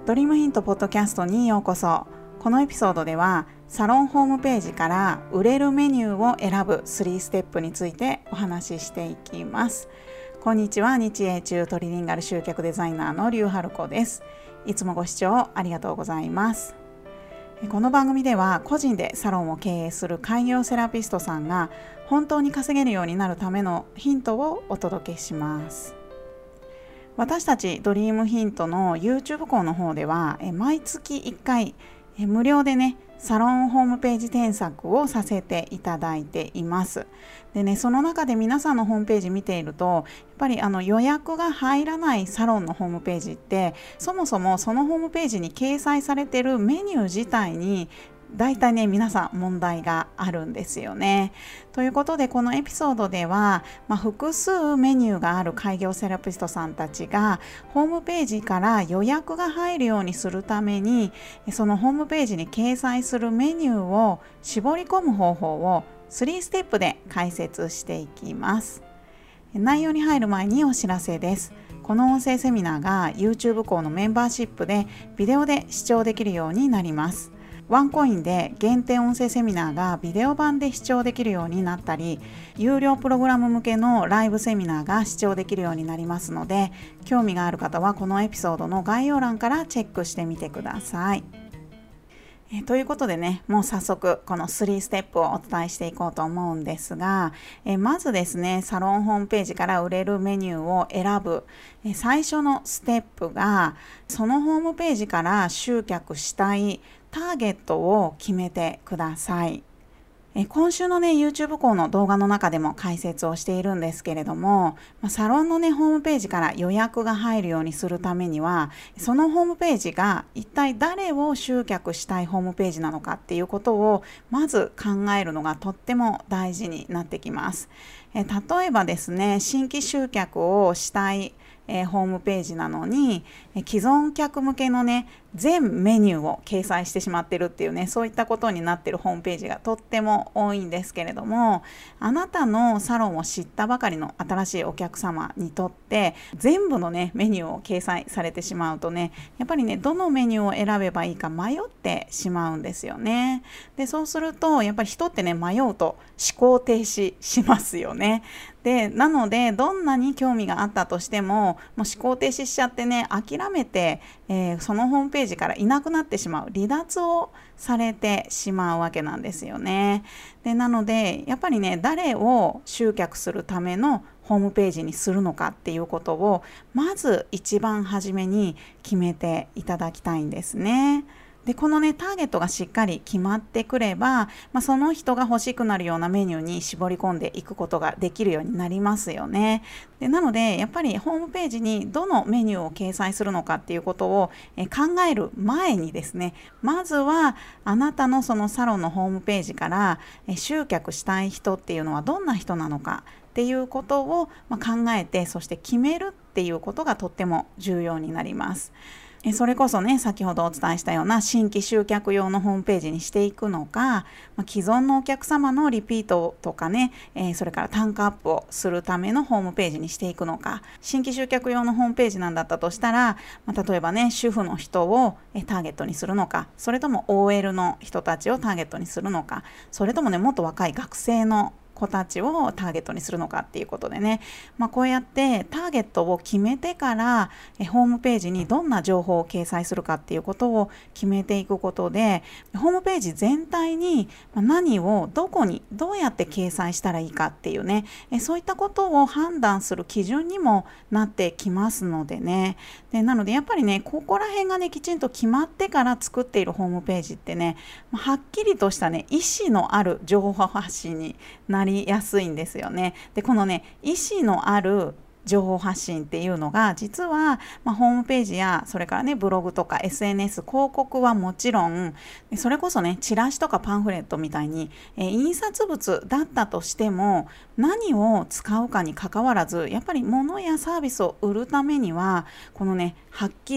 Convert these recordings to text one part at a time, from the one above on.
ドリームヒントポッドキャストにようこそ。このエピソードではサロンホームページから売れるメニューを選ぶ3ステップについてお話ししていきます。こんにちは。日英中トリリンガル集客デザイナーの劉春子です。いつもご視聴ありがとうございます。この番組では個人でサロンを経営する開業セラピストさんが本当に稼げるようになるためのヒントをお届けします。私たちドリームヒントの YouTube 校の方では毎月1回無料でねサロンホームページ添削をさせていただいています。でね、その中で皆さんのホームページ見ているとやっぱり予約が入らないサロンのホームページってそもそもそのホームページに掲載されているメニュー自体にだいたいね皆さん問題があるんですよね。ということでこのエピソードでは、複数メニューがある開業セラピストさんたちがホームページから予約が入るようにするためにそのホームページに掲載するメニューを絞り込む方法を3ステップで解説していきます。内容に入る前にお知らせです。この音声セミナーが YouTube 校のメンバーシップでビデオで視聴できるようになります。ワンコインで限定音声セミナーがビデオ版で視聴できるようになったり、有料プログラム向けのライブセミナーが視聴できるようになりますので、興味がある方はこのエピソードの概要欄からチェックしてみてください。ということでね、もう早速この3ステップをお伝えしていこうと思うんですが、まずですね、サロンホームページから売れるメニューを選ぶ最初のステップが、そのホームページから集客したいターゲットを決めてください。今週のね YouTube 校の動画の中でも解説をしているんですけれども、サロンのねホームページから予約が入るようにするためにはそのホームページが一体誰を集客したいホームページなのかっていうことをまず考えるのがとっても大事になってきます。例えばですね、新規集客をしたいホームページなのに既存客向けのね全メニューを掲載してしまってるっていうね、そういったことになってるホームページがとっても多いんですけれども、あなたのサロンを知ったばかりの新しいお客様にとって全部のねメニューを掲載されてしまうとね、やっぱりねどのメニューを選べばいいか迷ってしまうんですよね。でそうするとやっぱり人ってね迷うと思考停止しますよね。でなのでどんなに興味があったとしても、もう思考停止しちゃってね諦めて、そのホームページからいなくなってしまう、離脱をされてしまうわけなんですよね。でなのでやっぱりね誰を集客するためのホームページにするのかっていうことをまず一番初めに決めていただきたいんですね。でこのねターゲットがしっかり決まってくれば、その人が欲しくなるようなメニューに絞り込んでいくことができるようになりますよね。でなのでやっぱりホームページにどのメニューを掲載するのかっていうことを考える前にですね、まずはあなたのそのサロンのホームページから集客したい人っていうのはどんな人なのかっていうことを考えて、そして決めるっていうことがとっても重要になります。それこそね先ほどお伝えしたような新規集客用のホームページにしていくのか、既存のお客様のリピートとかね、それから単価アップをするためのホームページにしていくのか、新規集客用のホームページなんだったとしたら、例えばね主婦の人をターゲットにするのか、それとも OL の人たちをターゲットにするのか、それともねもっと若い学生の子たちをターゲットにするのかっていうことでね、こうやってターゲットを決めてからホームページにどんな情報を掲載するかっていうことを決めていくことで、ホームページ全体に何をどこにどうやって掲載したらいいかっていうね、そういったことを判断する基準にもなってきますのでね。でなのでやっぱりねここら辺がねきちんと決まってから作っているホームページってね、はっきりとしたね意思のある情報発信になりやすいんですよね。でこのね意思のある情報発信っていうのが実は、ホームページやそれからねブログとか SNS 広告はもちろん、それこそねチラシとかパンフレットみたいに、印刷物だったとしても何を使うかにかかわらずやっぱり物やサービスを売るためにはこのねはっきり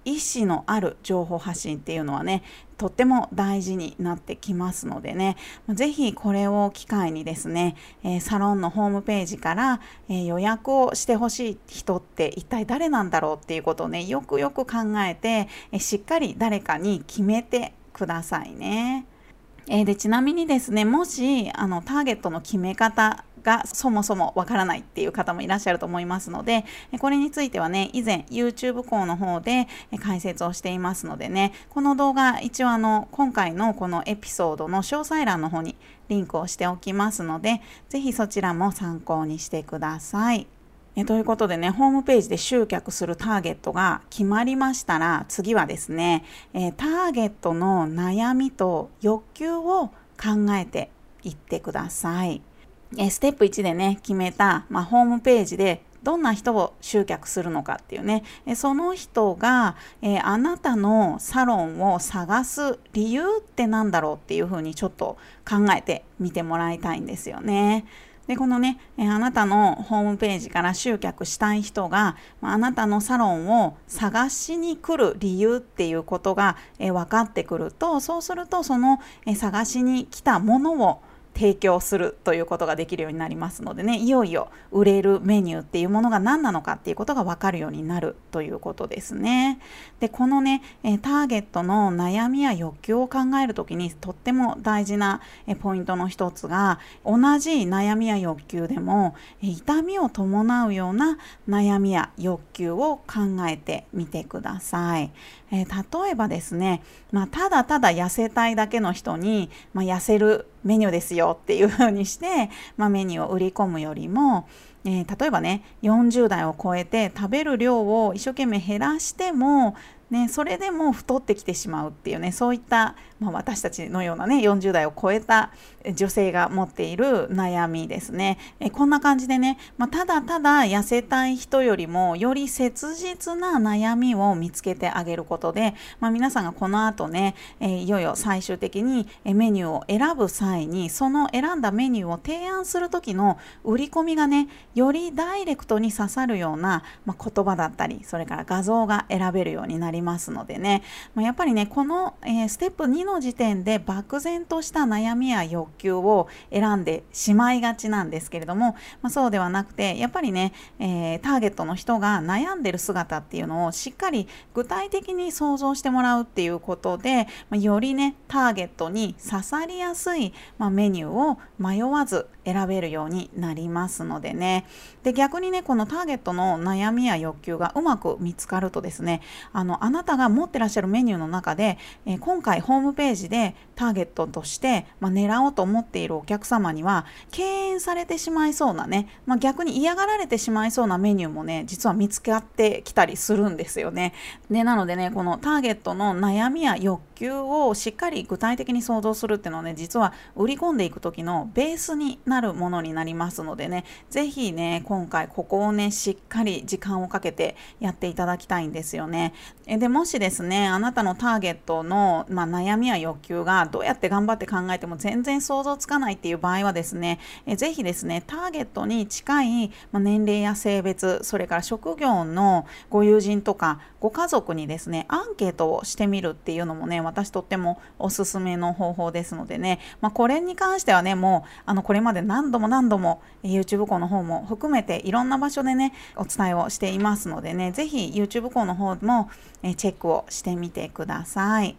意思のある情報発信っていうのはね、とっても大事になってきますのでね、ぜひこれを機会にですね、サロンのホームページから、予約をしてほしい人って一体誰なんだろうっていうことをね、よくよく考えて、しっかり誰かに決めてくださいね。でちなみにですね、もしターゲットの決め方がそもそもわからないっていう方もいらっしゃると思いますので、これについてはね、以前 YouTube 項の方で解説をしていますのでね、この動画一応今回のこのエピソードの詳細欄の方にリンクをしておきますので、ぜひそちらも参考にしてください。ということでね、ホームページで集客するターゲットが決まりましたら、次はですね、ターゲットの悩みと欲求を考えていってください。ステップ1でね、決めた、ホームページでどんな人を集客するのかっていうね、その人が、あなたのサロンを探す理由って何だろうっていうふうにちょっと考えてみてもらいたいんですよね。でこのね、あなたのホームページから集客したい人があなたのサロンを探しに来る理由っていうことが分かってくると、そうするとその探しに来たものを提供するということができるようになりますのでね、いよいよ売れるメニューっていうものが何なのかっていうことが分かるようになるということですね。でこのねターゲットの悩みや欲求を考えるときにとっても大事なポイントの一つが、同じ悩みや欲求でも痛みを伴うような悩みや欲求を考えてみてください。例えばですね、ただただ痩せたいだけの人に、痩せるメニューですよっていう風にして、メニューを売り込むよりも、例えばね40代を超えて食べる量を一生懸命減らしてもそれでも太ってきてしまうっていうね、そういった、私たちのようなね40代を超えた女性が持っている悩みですね。こんな感じでね、ただただ痩せたい人よりもより切実な悩みを見つけてあげることで、皆さんがこの後ね、いよいよ最終的にメニューを選ぶ際にその選んだメニューを提案する時の売り込みがね、よりダイレクトに刺さるような、言葉だったり、それから画像が選べるようになりますのでね、やっぱりねこの、ステップ2の時点で漠然とした悩みや欲求を選んでしまいがちなんですけれども、そうではなくてやっぱりね、ターゲットの人が悩んでる姿っていうのをしっかり具体的に想像してもらうっていうことで、よりねターゲットに刺さりやすい、メニューを迷わず選べるようになりますのでね。で逆にねこのターゲットの悩みや欲求がうまく見つかるとですね、あなたが持ってらっしゃるメニューの中で、今回ホームページでターゲットとして、狙おうと思っているお客様には敬遠されてしまいそうなね、逆に嫌がられてしまいそうなメニューもね実は見つかってきたりするんですよね。でなのでねこのターゲットの悩みや欲求をしっかり具体的に想像するっていうのはね、実は売り込んでいく時のベースになるものになりますのでね、ぜひね今回ここをねしっかり時間をかけてやっていただきたいんですよね。でもしですねあなたのターゲットの、悩みや欲求がどうやって頑張って考えても全然想像つかないっていう場合はですね、ぜひですねターゲットに近い、年齢や性別、それから職業のご友人とかご家族にですねアンケートをしてみるっていうのもね、私とってもおすすめの方法ですのでね、これに関してはねもうこれまで何度も YouTube 項の方も含めていろんな場所でねお伝えをしていますのでね、ぜひ YouTube 項の方もチェックをしてみてください。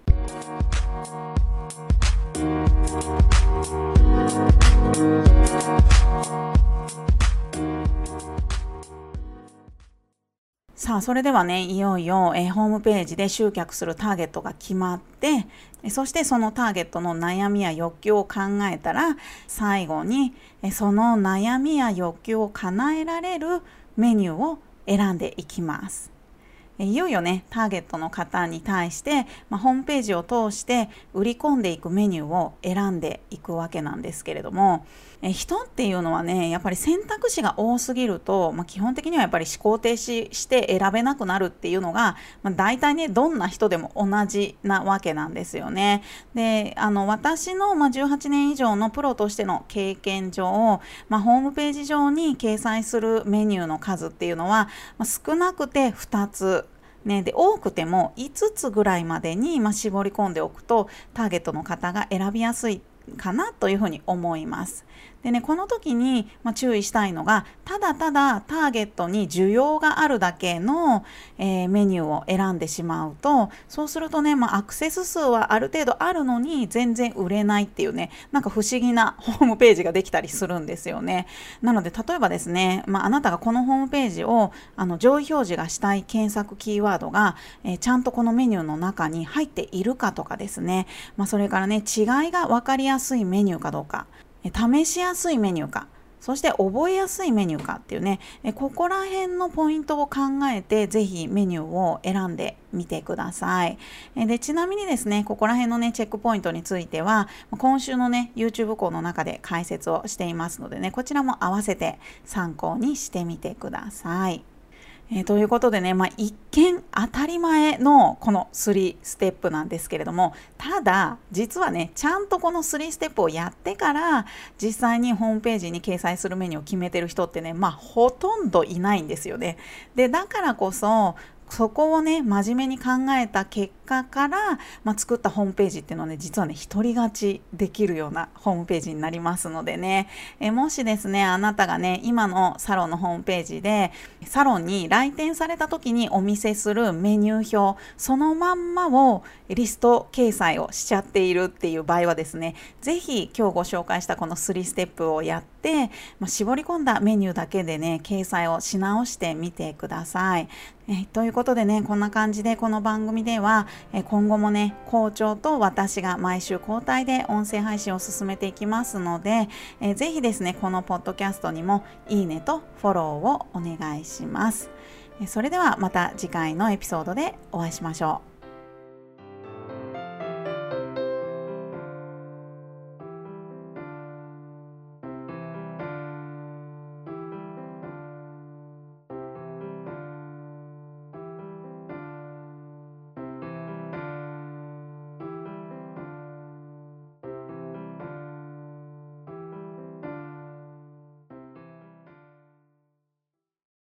さあそれではねいよいよ、ホームページで集客するターゲットが決まって、そしてそのターゲットの悩みや欲求を考えたら、最後にその悩みや欲求を叶えられるメニューを選んでいきます。いよいよねターゲットの方に対して、ホームページを通して売り込んでいくメニューを選んでいくわけなんですけれども、人っていうのはねやっぱり選択肢が多すぎると、基本的にはやっぱり思考停止して選べなくなるっていうのが、大体ねどんな人でも同じなわけなんですよね。で私の18年以上のプロとしての経験上、ホームページ上に掲載するメニューの数っていうのは、少なくて2つね、で多くても5つぐらいまでに、絞り込んでおくとターゲットの方が選びやすいかなというふうに思います。でね、この時に、注意したいのが、ただただターゲットに需要があるだけの、メニューを選んでしまうと、そうするとね、アクセス数はある程度あるのに全然売れないっていうね、なんか不思議なホームページができたりするんですよね。なので例えばですね、あなたがこのホームページを上位表示がしたい検索キーワードが、ちゃんとこのメニューの中に入っているかとかですね、それからね、違いが分かりやすいメニューかどうか、試しやすいメニューか、そして覚えやすいメニューかっていうね、ここら辺のポイントを考えてぜひメニューを選んでみてください。でちなみにですね、ここら辺のねチェックポイントについては今週のね YouTube 講の中で解説をしていますのでね、こちらも合わせて参考にしてみてください。ということでね、一見当たり前のこの3ステップなんですけれども、ただ実はね、ちゃんとこの3ステップをやってから実際にホームページに掲載するメニューを決めてる人ってね、ほとんどいないんですよね。でだからこそそこをね真面目に考えた結果から、作ったホームページっていうのはね、実はね独り勝ちできるようなホームページになりますのでね、もしですねあなたがね今のサロンのホームページでサロンに来店された時にお見せするメニュー表そのまんまをリスト掲載をしちゃっているっていう場合はですね、ぜひ今日ご紹介したこの3ステップをやって、絞り込んだメニューだけでね掲載をし直してみてください。ということでね、こんな感じでこの番組では今後もね校長と私が毎週交代で音声配信を進めていきますので、ぜひですねこのポッドキャストにもいいねとフォローをお願いします。それではまた次回のエピソードでお会いしましょう。